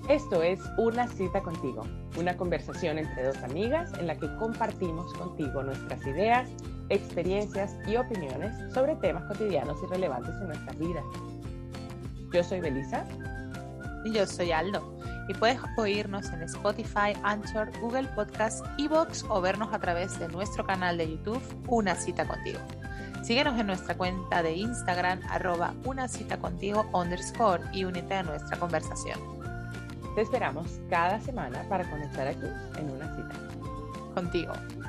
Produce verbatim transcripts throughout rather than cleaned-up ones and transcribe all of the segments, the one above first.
Esto es Una Cita Contigo, una conversación entre dos amigas en la que compartimos contigo nuestras ideas, experiencias y opiniones sobre temas cotidianos y relevantes en nuestras vidas. Yo soy Belisa. Y yo soy Aldo. Y puedes oírnos en Spotify, Anchor, Google Podcast, iVoox o vernos a través de nuestro canal de YouTube Una Cita Contigo. Síguenos en nuestra cuenta de Instagram, arroba una cita contigo underscore y únete a nuestra conversación. Te esperamos cada semana para conectar aquí en Una Cita Contigo.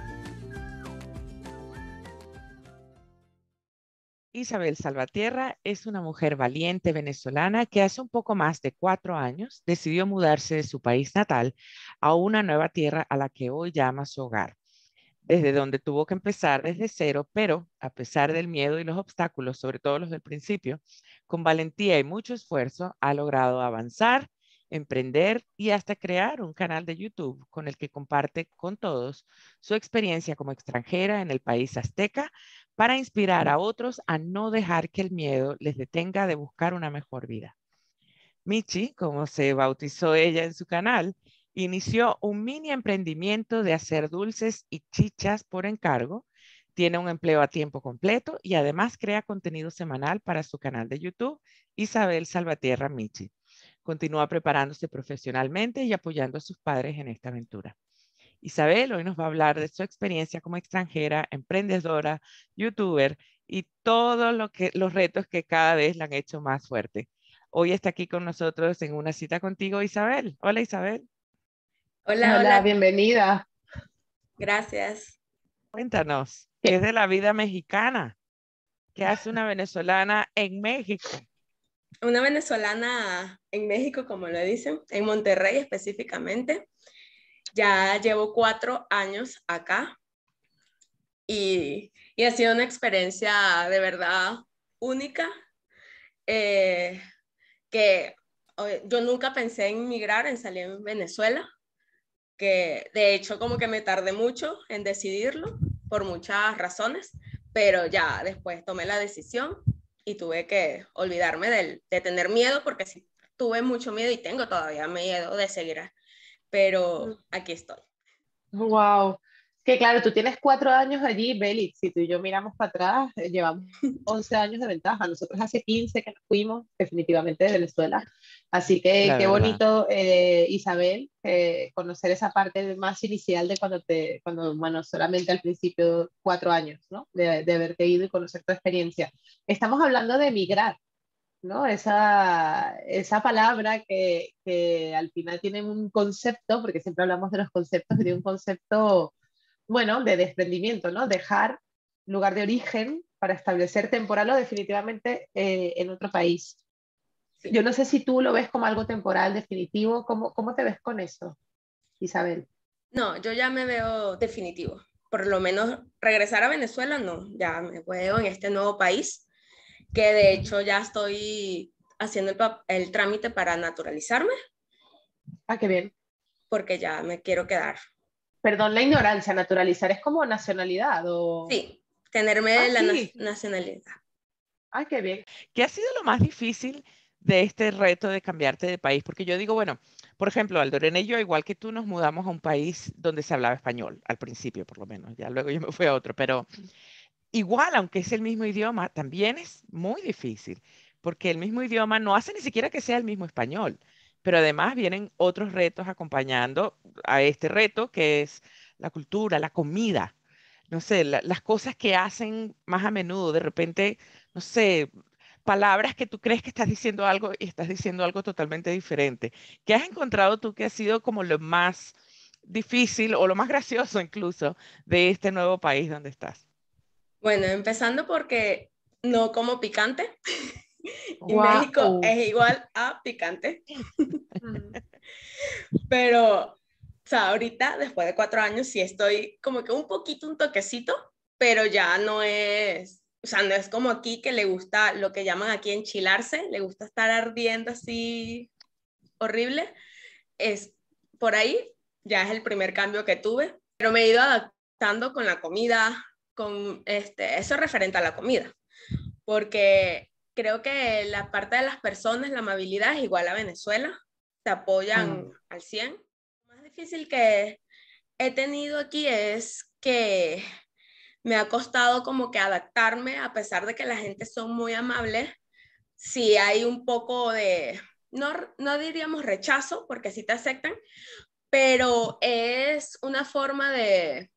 Isabel Salvatierra es una mujer valiente venezolana que hace un poco más de cuatro años decidió mudarse de su país natal a una nueva tierra a la que hoy llama su hogar, desde donde tuvo que empezar desde cero, pero a pesar del miedo y los obstáculos, sobre todo los del principio, con valentía y mucho esfuerzo ha logrado avanzar, emprender y hasta crear un canal de YouTube con el que comparte con todos su experiencia como extranjera en el país azteca para inspirar a otros a no dejar que el miedo les detenga de buscar una mejor vida. Michi, como se bautizó ella en su canal, inició un mini emprendimiento de hacer dulces y chichas por encargo. Tiene un empleo a tiempo completo y además crea contenido semanal para su canal de YouTube, Isabel Salvatierra Michi. Continúa preparándose profesionalmente y apoyando a sus padres en esta aventura. Isabel hoy nos va a hablar de su experiencia como extranjera, emprendedora, youtuber y todos lo que, los retos que cada vez la han hecho más fuerte. Hoy está aquí con nosotros en Una Cita Contigo, Isabel. Hola, Isabel. Hola, Hola, hola. bienvenida. Gracias. Cuéntanos, ¿qué es de la vida mexicana? ¿Qué hace una venezolana en México? Una venezolana en México, como lo dicen, en Monterrey específicamente. Ya llevo cuatro años acá y, y ha sido una experiencia de verdad única, eh, que eh, yo nunca pensé en migrar, en salir en Venezuela, que de hecho como que me tardé mucho en decidirlo por muchas razones, pero ya después tomé la decisión y tuve que olvidarme del, de tener miedo, porque sí tuve mucho miedo y tengo todavía miedo de seguir, pero aquí estoy. Wow. Que claro, tú tienes cuatro años allí, Beli. Si tú y yo miramos para atrás, eh, llevamos once años de ventaja. Nosotros hace quince que nos fuimos definitivamente de Venezuela. Así que La qué verdad. bonito, eh, Isabel, eh, conocer esa parte más inicial de cuando te, cuando, bueno, solamente al principio cuatro años, ¿no? De, de haberte ido y conocer tu experiencia. Estamos hablando de emigrar, ¿no? Esa, esa palabra que, que al final tiene un concepto, porque siempre hablamos de los conceptos, de un concepto, bueno, de desprendimiento, ¿no? Dejar lugar de origen para establecer temporal o definitivamente eh, en otro país. Sí. Yo no sé si tú lo ves como algo temporal, definitivo, ¿cómo, cómo te ves con eso, Isabel? No, yo ya me veo definitivo. Por lo menos regresar a Venezuela, no, ya me veo en este nuevo país, que de hecho ya estoy haciendo el, el trámite para naturalizarme. Ah, qué bien. Porque ya me quiero quedar. Perdón la ignorancia, naturalizar es como nacionalidad o... Sí, tenerme Ah, la sí. na nacionalidad. Ah, qué bien. ¿Qué ha sido lo más difícil de este reto de cambiarte de país? Porque yo digo, bueno, por ejemplo, Aldorena y yo, igual que tú, nos mudamos a un país donde se hablaba español, al principio por lo menos, ya luego yo me fui a otro, pero igual, aunque es el mismo idioma, también es muy difícil, porque el mismo idioma no hace ni siquiera que sea el mismo español, pero además vienen otros retos acompañando a este reto, que es la cultura, la comida, no sé, la- las cosas que hacen más a menudo, de repente, no sé, palabras que tú crees que estás diciendo algo y estás diciendo algo totalmente diferente. ¿Qué has encontrado tú que ha sido como lo más difícil o lo más gracioso incluso de este nuevo país donde estás? Bueno, empezando porque no como picante y México Guau. es igual a picante. Pero, o sea, ahorita, después de cuatro años, sí estoy como que un poquito, un toquecito, pero ya no es, o sea, no es como aquí que le gusta lo que llaman aquí enchilarse, le gusta estar ardiendo así horrible. Es por ahí, ya es el primer cambio que tuve, pero me he ido adaptando con la comida, con este, eso referente a la comida, porque creo que la parte de las personas, la amabilidad es igual a Venezuela, te apoyan Ah. al cien. Lo más difícil que he tenido aquí es que me ha costado como que adaptarme, a pesar de que la gente son muy amables. Sí hay un poco de, no, no diríamos rechazo, porque sí te aceptan, pero es una forma de,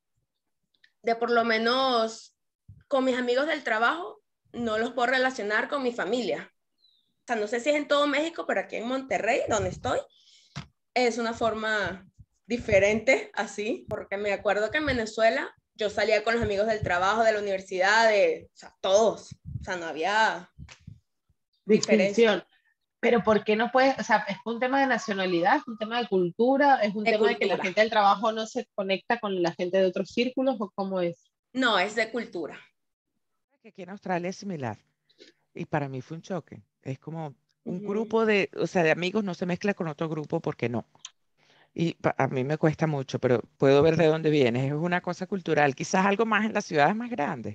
de por lo menos con mis amigos del trabajo, no los puedo relacionar con mi familia. O sea, no sé si es en todo México, pero aquí en Monterrey, donde estoy, es una forma diferente así, porque me acuerdo que en Venezuela yo salía con los amigos del trabajo, de la universidad, de, o sea, todos, o sea, no había diferencia. Distinción. Pero ¿por qué no puedes? O sea, ¿es un tema de nacionalidad, es un tema de cultura, es un De tema de que la cultura. gente del trabajo no se conecta con la gente de otros círculos o cómo es? No, es de cultura. Que aquí en Australia es similar. Y para mí fue un choque. Es como un Ujú. grupo de, o sea, de amigos no se mezcla con otro grupo porque no. Y pa- a mí me cuesta mucho, pero puedo ver de dónde viene. Es una cosa cultural. Quizás algo más en las ciudades más grandes.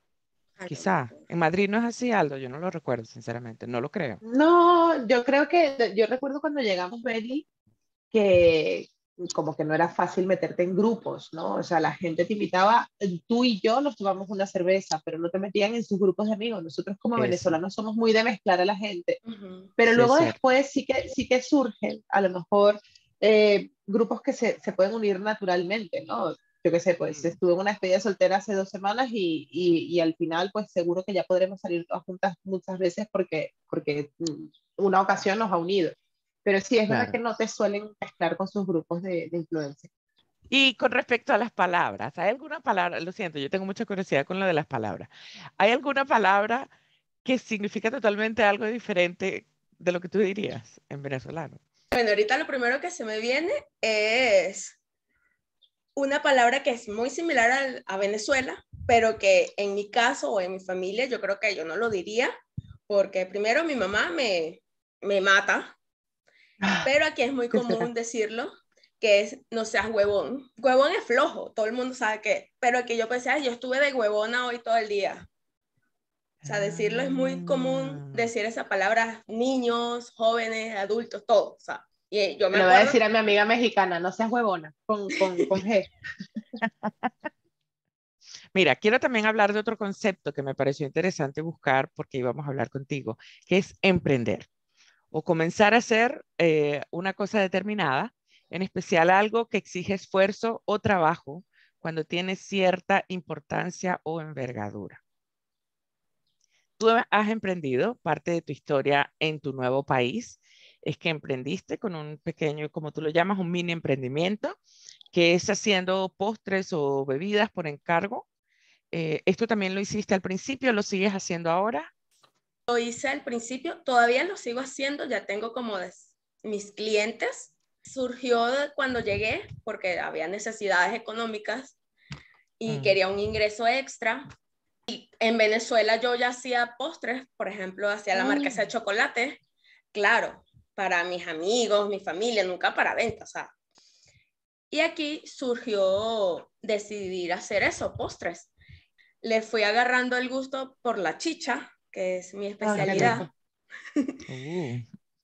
A lo Quizás. mejor. En Madrid no es así, Aldo. Yo no lo recuerdo, sinceramente. No lo creo. No, yo creo que, yo recuerdo cuando llegamos, Beli, que como que no era fácil meterte en grupos, ¿no? O sea, la gente te invitaba, tú y yo nos tomamos una cerveza, pero no te metían en sus grupos de amigos. Nosotros como Eso. venezolanos somos muy de mezclar a la gente, Ujú. pero Sí, es luego cierto. después sí que, sí que surgen, a lo mejor, eh, grupos que se, se pueden unir naturalmente, ¿no? Yo qué sé, pues Mm. estuve en una despedida soltera hace dos semanas y, y, y al final, pues seguro que ya podremos salir todas juntas muchas veces porque, porque mm, una ocasión nos ha unido. Pero sí, es verdad Claro. que no te suelen mezclar con sus grupos de, de influencia. Y con respecto a las palabras, ¿hay alguna palabra? Lo siento, yo tengo mucha curiosidad con lo de las palabras. ¿Hay alguna palabra que significa totalmente algo diferente de lo que tú dirías en venezolano? Bueno, ahorita lo primero que se me viene es una palabra que es muy similar al, a Venezuela, pero que en mi caso o en mi familia yo creo que yo no lo diría, porque primero mi mamá me, me mata, pero aquí es muy ¿Qué común será? decirlo, que es no seas huevón. Huevón es flojo, todo el mundo sabe que, pero aquí yo pensé, "Ay, yo estuve de huevona hoy todo el día". O sea, decirlo es muy común, Ah, decir esa palabra, niños, jóvenes, adultos, todos. O sea, y yo Se me lo voy a acuerdo, decir a mi amiga mexicana, no seas huevona, con, con, con G. mira, quiero también hablar de otro concepto que me pareció interesante buscar porque íbamos a hablar contigo, que es emprender o comenzar a hacer eh, una cosa determinada, en especial algo que exige esfuerzo o trabajo cuando tiene cierta importancia o envergadura. Tú has emprendido parte de tu historia en tu nuevo país, es que emprendiste con un pequeño, como tú lo llamas, un mini emprendimiento, que es haciendo postres o bebidas por encargo. Eh, ¿esto también lo hiciste al principio? ¿Lo sigues haciendo ahora? lo hice al principio, todavía lo sigo haciendo, ya tengo como des, mis clientes. Surgió cuando llegué porque había necesidades económicas y Mm, quería un ingreso extra. En Venezuela yo ya hacía postres, por ejemplo, hacía la marquesa de Mm. chocolate, claro, para mis amigos, mi familia, nunca para venta, o sea. Y aquí surgió decidir hacer eso, postres. Le fui agarrando el gusto por la chicha, que es mi Ay, qué especialidad, rico. uh,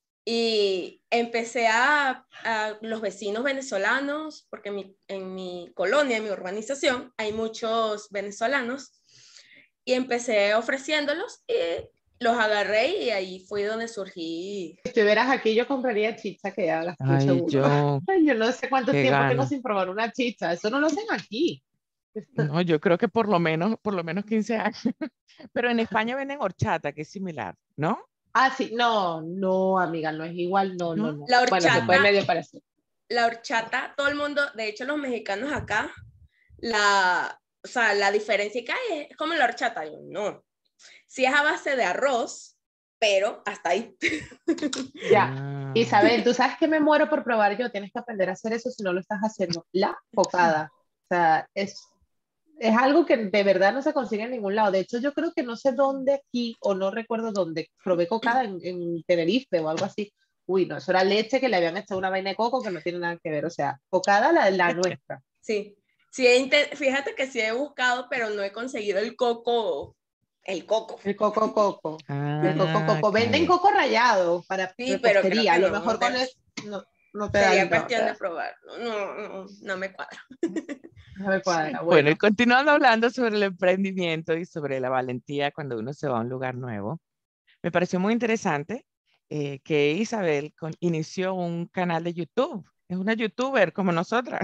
y empecé a, a los vecinos venezolanos, porque mi, en mi colonia, en mi urbanización, hay muchos venezolanos, y empecé ofreciéndolos y los agarré y ahí fue donde surgí. Si estuvieras aquí, yo compraría chicha, que hablas tú Ay, seguro. yo, Ay, yo no sé cuánto qué tiempo tengo gana. sin probar una chicha. Eso no lo hacen aquí. No, yo creo que por lo menos, por lo menos quince años. Pero en España venden horchata, que es similar, ¿no? Ah, sí, no, no, amiga, no es igual, no, no, ¿No? no. La Bueno, se puede Ah, horchata, medio parecer. la horchata, todo el mundo, de hecho los mexicanos acá, la, o sea, la diferencia que hay es como la horchata. Yo, no, sí es a base de arroz, pero hasta ahí. Ya. ah. Isabel, tú sabes que me muero por probar yo, tienes que aprender a hacer eso si no lo estás haciendo. La cocada. O sea, es, es algo que de verdad no se consigue en ningún lado. De hecho, yo creo que no sé dónde aquí, o no recuerdo dónde, probé cocada en, en Tenerife o algo así. Uy, no, eso era leche que le habían echado una vaina de coco que no tiene nada que ver. O sea, cocada la, la nuestra. Sí, sí he fíjate que sí he buscado, pero no he conseguido el coco, el coco. El coco coco. El Sí, coco Ah, coco. Venden ok. coco rallado para sí, pero creo repostería. A que lo no mejor con, de... el- no, no te da Sería el no, cuestión te de da- probar. No, no, no me cuadra. no me cuadra. Bueno, y Bueno, continuando hablando sobre el emprendimiento y sobre la valentía cuando uno se va a un lugar nuevo, me pareció muy interesante eh, que Isabel con- inició un canal de YouTube. Es una youtuber como nosotras.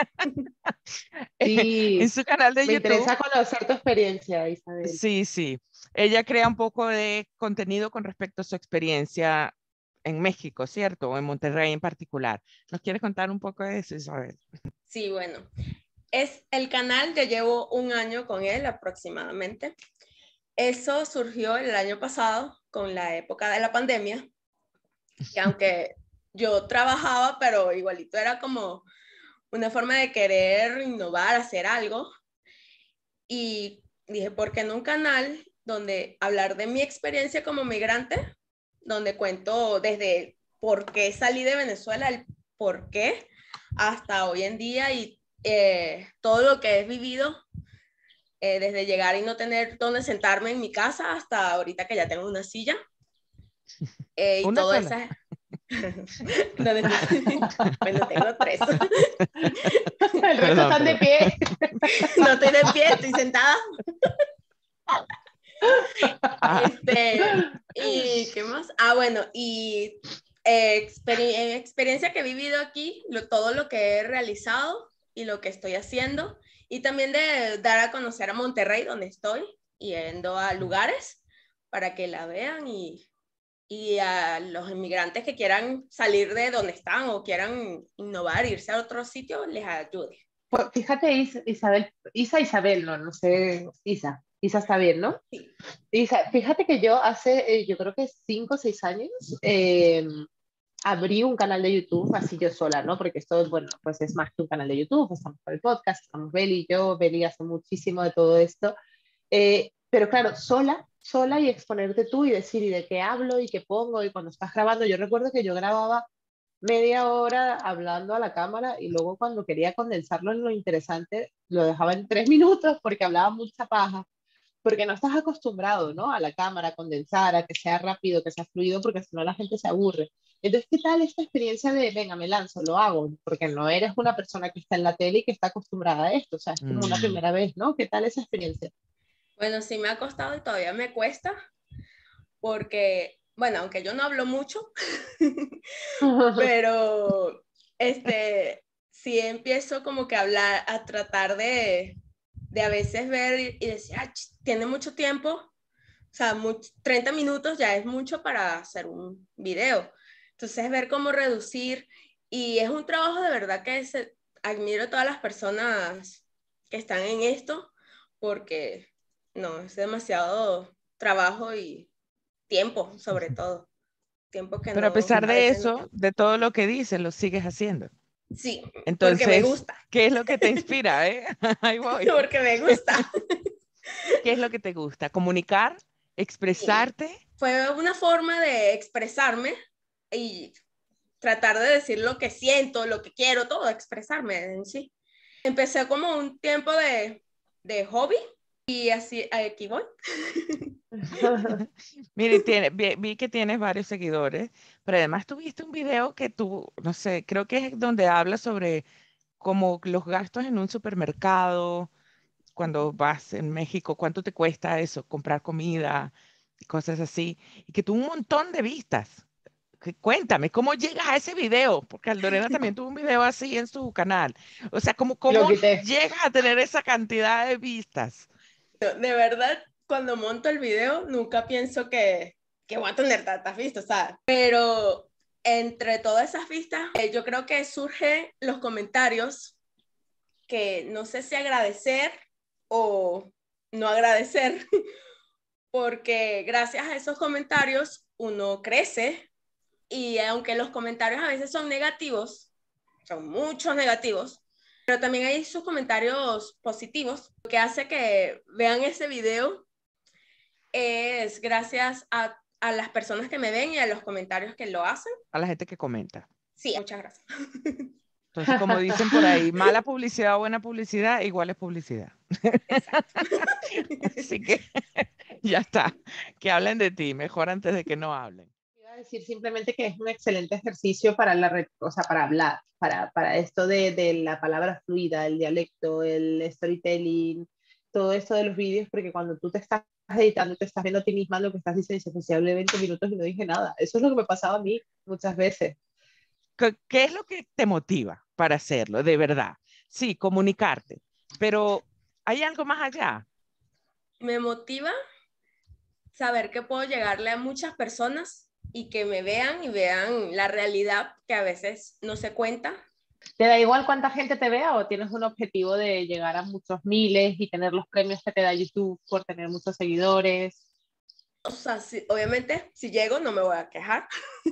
En sí, su canal de me YouTube, interesa conocer tu experiencia, Isabel. sí, sí. Ella crea un poco de contenido con respecto a su experiencia en México, ¿cierto? O en Monterrey en particular. ¿Nos quieres contar un poco de eso, Isabel? Sí, bueno. Es el canal, ya llevo un año con él aproximadamente. Eso surgió el año pasado con la época de la pandemia, que aunque yo trabajaba, pero igualito era como una forma de querer innovar, hacer algo. Y dije, ¿por qué no un canal donde hablar de mi experiencia como migrante, donde cuento desde por qué salí de Venezuela, el por qué, hasta hoy en día y eh, todo lo que he vivido eh, desde llegar y no tener dónde sentarme en mi casa hasta ahorita que ya tengo una silla eh, y Una todo sola. eso. Donde bueno, tengo tres. El resto Perdón, están de perdón. pie. No estoy de pie, estoy sentada. Ah, Este, ¿y qué más? Ah, bueno, y eh, experi eh, experiencia que he vivido aquí, lo, todo lo que he realizado y lo que estoy haciendo, y también de dar a conocer a Monterrey, donde estoy, yendo a lugares para que la vean y, y a los inmigrantes que quieran salir de donde están o quieran innovar, irse a otro sitio, les ayude. Pues fíjate, Is- Isabel, Isa Isabel, no, no sé, Isa, Isa está bien, ¿no? Sí. Isa, fíjate que yo hace, eh, yo creo que cinco o seis años, eh, abrí un canal de YouTube, así yo sola, ¿no? Porque esto, bueno, pues es más que un canal de YouTube, estamos con el podcast, estamos Beli y yo, Beli hace muchísimo de todo esto, eh, pero claro, sola, sola y exponerte tú y decir y de qué hablo y qué pongo y cuando estás grabando, yo recuerdo que yo grababa media hora hablando a la cámara y luego cuando quería condensarlo en lo interesante, lo dejaba en tres minutos porque hablaba mucha paja, porque no estás acostumbrado, ¿no? A la cámara, a condensar, a que sea rápido, que sea fluido, porque si no la gente se aburre. Entonces, ¿qué tal esta experiencia de, venga, me lanzo, lo hago? Porque no eres una persona que está en la tele y que está acostumbrada a esto, o sea, es como una mm, primera vez, ¿no? ¿Qué tal esa experiencia? Bueno, sí me ha costado y todavía me cuesta, porque, bueno, aunque yo no hablo mucho, pero este, sí empiezo como que a hablar, a tratar de, de a veces ver y, y decir, ah, ch, tiene mucho tiempo, o sea, much, treinta minutos ya es mucho para hacer un video. Entonces, ver cómo reducir, y es un trabajo de verdad que se, admiro a todas las personas que están en esto, porque no, es demasiado trabajo y tiempo, sobre todo. Tiempo que pero a no, pesar a de veces no eso, tengo. de todo lo que dices, lo sigues haciendo. Sí, porque me Entonces, gusta, ¿qué es lo que te inspira, eh? Ahí voy. porque me gusta. ¿Qué es lo que te gusta? ¿Comunicar? Sí, ¿Expresarte? fue una forma de expresarme y tratar de decir lo que siento, lo que quiero, todo, expresarme en sí. Empecé como un tiempo de, de hobby y así, aquí voy. Mire, tiene, vi, vi que tienes varios seguidores, pero además tuviste un video que tú, no sé, creo que es donde hablas sobre como los gastos en un supermercado, cuando vas en México, cuánto te cuesta eso, comprar comida y cosas así, y que tuvo un montón de vistas. Que- Cuéntame, ¿cómo llegas a ese video? Porque Aldorena también tuvo un video así en su canal. O sea, ¿cómo, Y lo cómo quité. llegas a tener esa cantidad de vistas? De verdad, cuando monto el video, nunca pienso que, que voy a tener tantas vistas, ¿sabes? Pero entre todas esas vistas, eh, yo creo que surgen los comentarios que no sé si agradecer o no agradecer, porque gracias a esos comentarios uno crece y aunque los comentarios a veces son negativos, son muchos negativos, pero también hay sus comentarios positivos, lo que hace que vean ese video es gracias a, a las personas que me ven y a los comentarios que lo hacen. A la gente que comenta. Sí, muchas gracias. Entonces, como dicen por ahí, mala publicidad o buena publicidad, igual es publicidad. Exacto. Así que ya está. Que hablen de ti, mejor antes de que no hablen. Iba a decir simplemente que es un excelente ejercicio para la, re- o sea, para hablar, para, para esto de, de la palabra fluida, el dialecto, el storytelling, todo esto de los vídeos, porque cuando tú te estás editando, te estás viendo a ti misma lo que estás diciendo, y dices, "Pues, si hablé veinte minutos y no dije nada". Eso es lo que me pasaba a mí muchas veces. ¿Qué, qué es lo que te motiva para hacerlo, de verdad? Sí, comunicarte, pero ¿hay algo más allá? Me motiva saber que puedo llegarle a muchas personas y que me vean y vean la realidad que a veces no se cuenta. ¿Te da igual cuánta gente te vea o tienes un objetivo de llegar a muchos miles y tener los premios que te da YouTube por tener muchos seguidores? O sea, si- obviamente, si llego no me voy a quejar,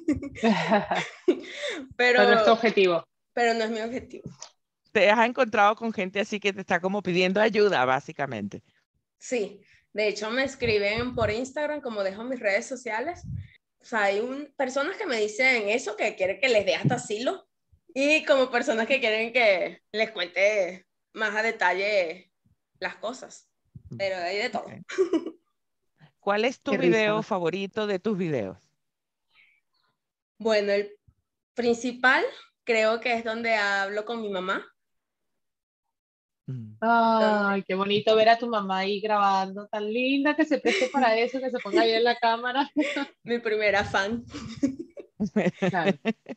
Pero no es tu pero, objetivo. pero no es mi objetivo. ¿Te has encontrado con gente así que te está como pidiendo ayuda, básicamente? Sí, de hecho me escriben por Instagram, como dejo mis redes sociales. O sea, hay un, personas que me dicen eso, que quieren que les dé hasta asilo, y como personas que quieren que les cuente más a detalle las cosas, pero hay de todo. Ok. ¿Cuál es tu Qué risa, video ¿no? favorito de tus videos? Bueno, el principal creo que es donde hablo con mi mamá, Mm. donde Ay, qué bonito ver a tu mamá ahí grabando, tan linda que se preste para eso, que se ponga ahí en la cámara. mi primera fan. Claro.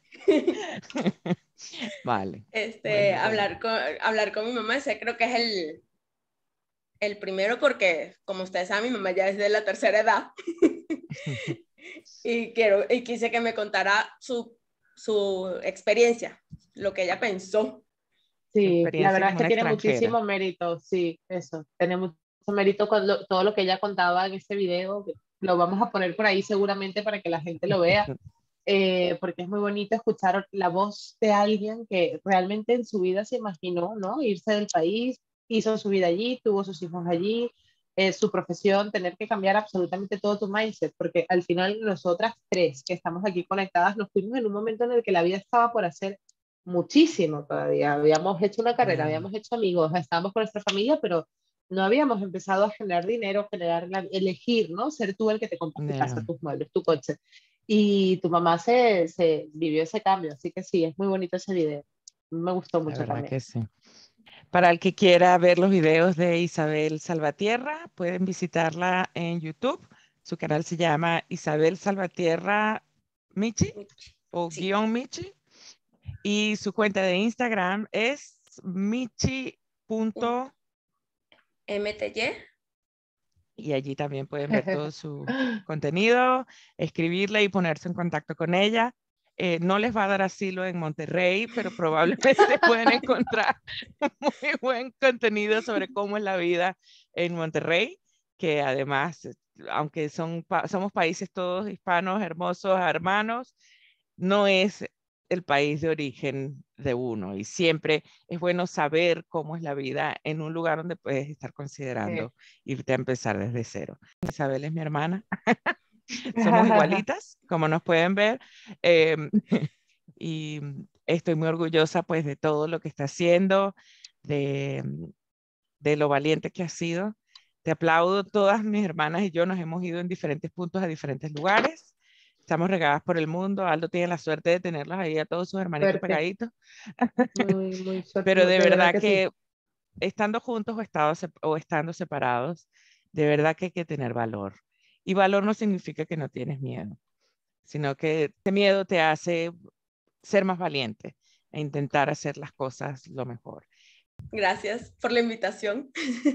Vale, Este, bueno, bueno. hablar con, hablar con mi mamá, ese creo que es el, el primero porque, como ustedes saben, mi mamá ya es de la tercera edad y, quiero, y quise que me contara su, su experiencia, lo que ella pensó. Tu Sí, la experiencia verdad es como que una tiene extranjera. muchísimo mérito, sí, eso, tiene mucho mérito con lo- todo lo que ella contaba en ese video, que lo vamos a poner por ahí seguramente para que la gente lo vea, eh, porque es muy bonito escuchar la voz de alguien que realmente en su vida se imaginó, ¿no? Irse del país, hizo su vida allí, tuvo sus hijos allí, eh, su profesión, tener que cambiar absolutamente todo tu mindset, porque al final nosotras tres que estamos aquí conectadas nos fuimos en un momento en el que la vida estaba por hacer muchísimo todavía. Habíamos hecho una carrera, Mm, habíamos hecho amigos, estábamos con nuestra familia, pero no habíamos empezado a generar dinero, generar, la- elegir, ¿no? Ser tú el que te compras tu casa, yeah, tus muebles, tu coche. Y tu mamá se, se vivió ese cambio, así que sí, es muy bonito ese video. Me gustó la mucho verdad también. que sí. Para el que quiera ver los videos de Isabel Salvatierra, pueden visitarla en YouTube. Su canal se llama Isabel Salvatierra Michi o Sí, guión Michi. Y su cuenta de Instagram es michi. M T Y. Y allí también pueden ver todo su contenido, escribirle y ponerse en contacto con ella. Eh, no les va a dar asilo en Monterrey, pero probablemente pueden encontrar muy buen contenido sobre cómo es la vida en Monterrey, que además, eh, aunque son pa- somos países todos hispanos, hermosos, hermanos, no es el país de origen de uno y siempre es bueno saber cómo es la vida en un lugar donde puedes estar Sí. considerando irte a empezar desde cero. Isabel es mi hermana, somos igualitas, como nos pueden ver, em, y estoy muy orgullosa pues de todo lo que está haciendo, de, de lo valiente que ha sido. Te aplaudo, todas mis hermanas y yo nos hemos ido en diferentes puntos a diferentes lugares. Estamos regadas por el mundo. Aldo tiene la suerte de tenerlos ahí a todos sus hermanitos Suerte, pegaditos. muy, muy suerte, Pero muy- de de verdad verdad que sí. que estando juntos o, estado sep- o estando separados, de verdad que hay que tener valor. Y valor no significa que no tienes miedo, sino que ese miedo te hace ser más valiente e intentar hacer las cosas lo mejor. Gracias por la invitación.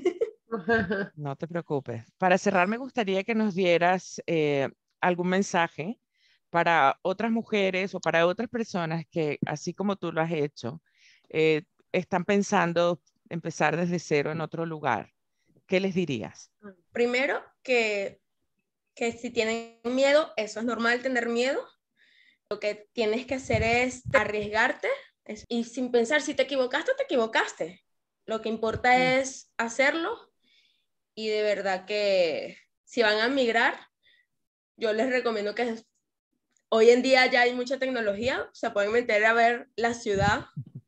No te preocupes. Para cerrar, me gustaría que nos dieras eh, algún mensaje para otras mujeres o para otras personas que, así como tú lo has hecho, eh, están pensando empezar desde cero en otro lugar. ¿Qué les dirías? Primero, que, que si tienen miedo, eso es normal tener miedo. Lo que tienes que hacer es arriesgarte es- y sin pensar si te equivocaste, te equivocaste. Lo que importa es hacerlo y de verdad que si van a migrar, yo les recomiendo que hoy en día ya hay mucha tecnología, se pueden meter a ver la ciudad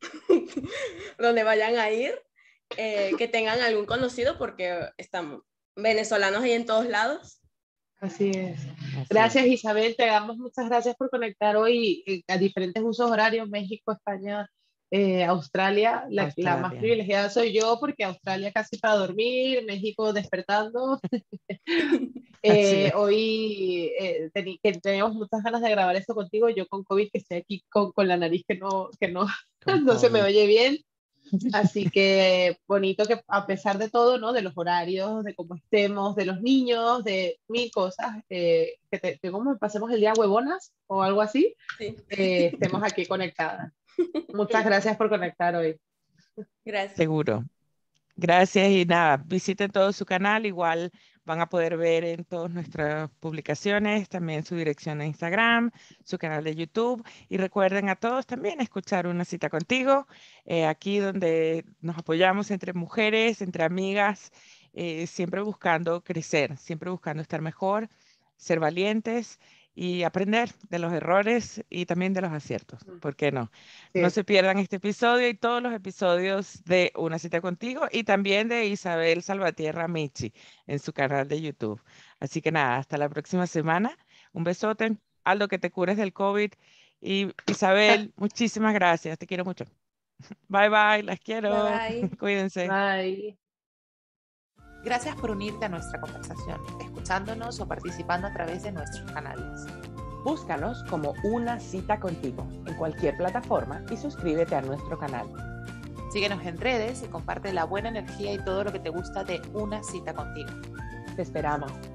donde vayan a ir, eh, que tengan algún conocido porque estamos venezolanos ahí en todos lados. Así es. Así Gracias, es. Isabel. Te damos muchas gracias por conectar hoy eh, a diferentes usos horarios, México, España, eh, Australia. La, la más Australia. privilegiada soy yo porque Australia casi para dormir, México despertando. Así Eh, es. hoy eh, teni- que tenemos muchas ganas de grabar esto contigo. Yo con COVID, que estoy aquí con, con la nariz que no, que no, Con no se me COVID. oye bien. Así que bonito que a pesar de todo, ¿no? De los horarios, de cómo estemos, de los niños, de mil cosas, eh, que, te, que como pasemos el día huevonas o algo así, Sí. eh, estemos aquí conectadas. Muchas gracias por conectar hoy. Gracias. Seguro. Gracias y nada, visiten todo su canal, igual van a poder ver en todas nuestras publicaciones, también su dirección de Instagram, su canal de YouTube y recuerden a todos también escuchar Una Cita Contigo, eh, aquí donde nos apoyamos entre mujeres, entre amigas, eh, siempre buscando crecer, siempre buscando estar mejor, ser valientes y aprender de los errores y también de los aciertos, ¿por qué no? No Sí. se pierdan este episodio y todos los episodios de Una Cita Contigo y también de Isabel Salvatierra Michi en su canal de YouTube. Así que nada, hasta la próxima semana. Un besote. Aldo, que te cures del COVID. Y Isabel, muchísimas gracias. Te quiero mucho. Bye bye, las Bye quiero. bye. Cuídense. Bye. Gracias por unirte a nuestra conversación, escuchándonos o participando a través de nuestros canales. Búscanos como Una Cita Contigo en cualquier plataforma y suscríbete a nuestro canal. Síguenos en redes y comparte la buena energía y todo lo que te gusta de Una Cita Contigo. Te esperamos.